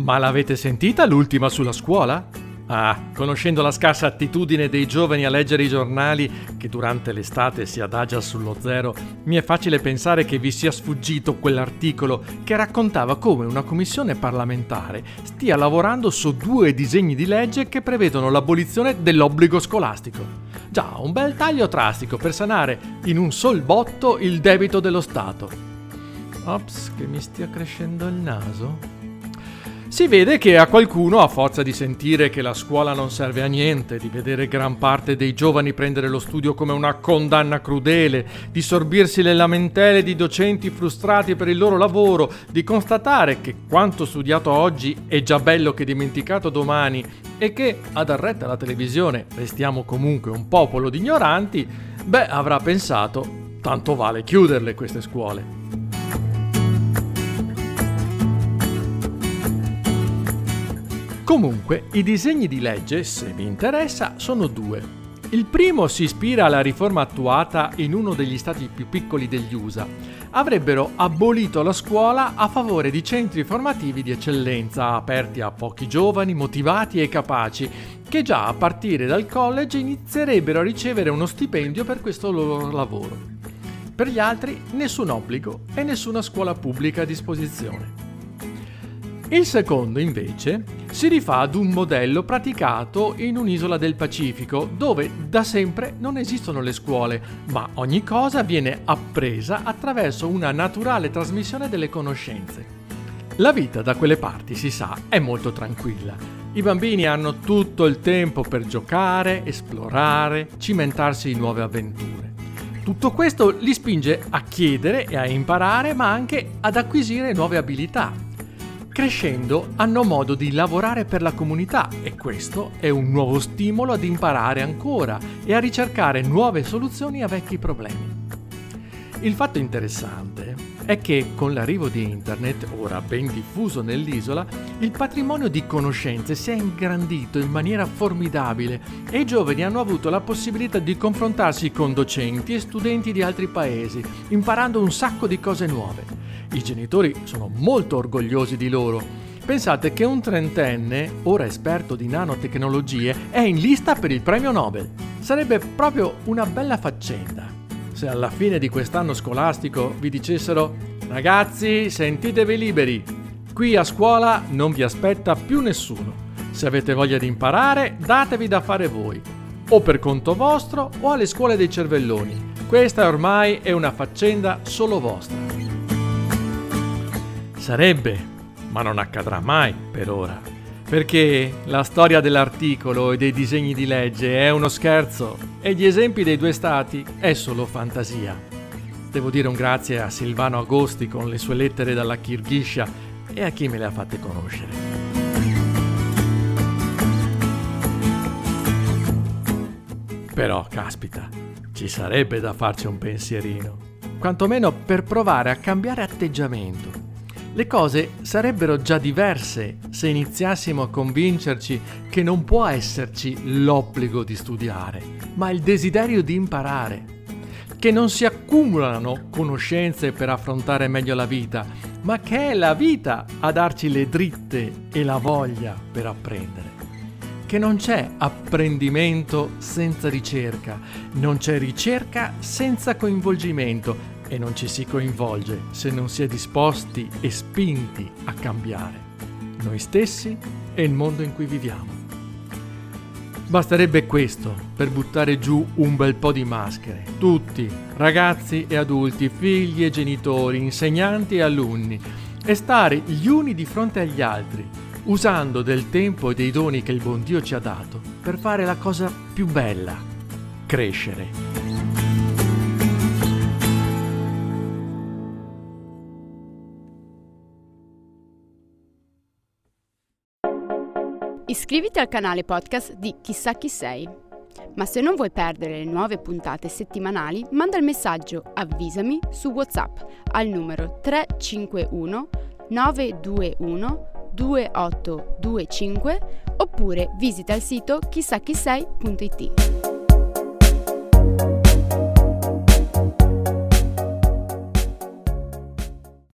Ma l'avete sentita l'ultima sulla scuola? Conoscendo la scarsa attitudine dei giovani a leggere i giornali, che durante l'estate si adagia sullo zero, mi è facile pensare che vi sia sfuggito quell'articolo che raccontava come una commissione parlamentare stia lavorando su 2 disegni di legge che prevedono l'abolizione dell'obbligo scolastico. Già, un bel taglio drastico per sanare in un sol botto il debito dello Stato. Ops, che mi stia crescendo il naso. Si vede che a qualcuno, a forza di sentire che la scuola non serve a niente, di vedere gran parte dei giovani prendere lo studio come una condanna crudele, di sorbirsi le lamentele di docenti frustrati per il loro lavoro, di constatare che quanto studiato oggi è già bello che dimenticato domani e che, a dar retta alla televisione, restiamo comunque un popolo di ignoranti, avrà pensato, tanto vale chiuderle queste scuole. Comunque, i disegni di legge, se vi interessa, sono 2. Il primo si ispira alla riforma attuata in uno degli stati più piccoli degli USA. Avrebbero abolito la scuola a favore di centri formativi di eccellenza, aperti a pochi giovani, motivati e capaci, che già a partire dal college inizierebbero a ricevere uno stipendio per questo loro lavoro. Per gli altri, nessun obbligo e nessuna scuola pubblica a disposizione. Il secondo, invece, si rifà ad un modello praticato in un'isola del Pacifico, dove da sempre non esistono le scuole, ma ogni cosa viene appresa attraverso una naturale trasmissione delle conoscenze. La vita da quelle parti, si sa, è molto tranquilla. I bambini hanno tutto il tempo per giocare, esplorare, cimentarsi in nuove avventure. Tutto questo li spinge a chiedere e a imparare, ma anche ad acquisire nuove abilità. Crescendo hanno modo di lavorare per la comunità e questo è un nuovo stimolo ad imparare ancora e a ricercare nuove soluzioni a vecchi problemi. Il fatto interessante è che con l'arrivo di Internet, ora ben diffuso nell'isola, il patrimonio di conoscenze si è ingrandito in maniera formidabile e i giovani hanno avuto la possibilità di confrontarsi con docenti e studenti di altri paesi, imparando un sacco di cose nuove. I genitori sono molto orgogliosi di loro. Pensate che un 30enne, ora esperto di nanotecnologie, è in lista per il premio Nobel. Sarebbe proprio una bella faccenda se alla fine di quest'anno scolastico vi dicessero: ragazzi, sentitevi liberi, qui a scuola non vi aspetta più nessuno. Se avete voglia di imparare, datevi da fare voi, o per conto vostro o alle scuole dei cervelloni. Questa ormai è una faccenda solo vostra. Sarebbe, ma non accadrà mai per ora, perché la storia dell'articolo e dei disegni di legge è uno scherzo e gli esempi dei 2 stati è solo fantasia. Devo dire un grazie a Silvano Agosti con le sue lettere dalla Kirghizia e a chi me le ha fatte conoscere. Però, caspita, ci sarebbe da farci un pensierino, quantomeno per provare a cambiare atteggiamento. Le cose sarebbero già diverse se iniziassimo a convincerci che non può esserci l'obbligo di studiare, ma il desiderio di imparare, che non si accumulano conoscenze per affrontare meglio la vita, ma che è la vita a darci le dritte e la voglia per apprendere, che non c'è apprendimento senza ricerca, non c'è ricerca senza coinvolgimento, e non ci si coinvolge se non si è disposti e spinti a cambiare noi stessi e il mondo in cui viviamo. Basterebbe questo per buttare giù un bel po' di maschere, tutti, ragazzi e adulti, figli e genitori, insegnanti e alunni, e stare gli uni di fronte agli altri, usando del tempo e dei doni che il buon Dio ci ha dato per fare la cosa più bella: crescere. Iscriviti al canale podcast di Chissà chi sei. Ma se non vuoi perdere le nuove puntate settimanali, manda il messaggio "Avvisami" su WhatsApp al numero 351 921 2825 oppure visita il sito chissachisei.it.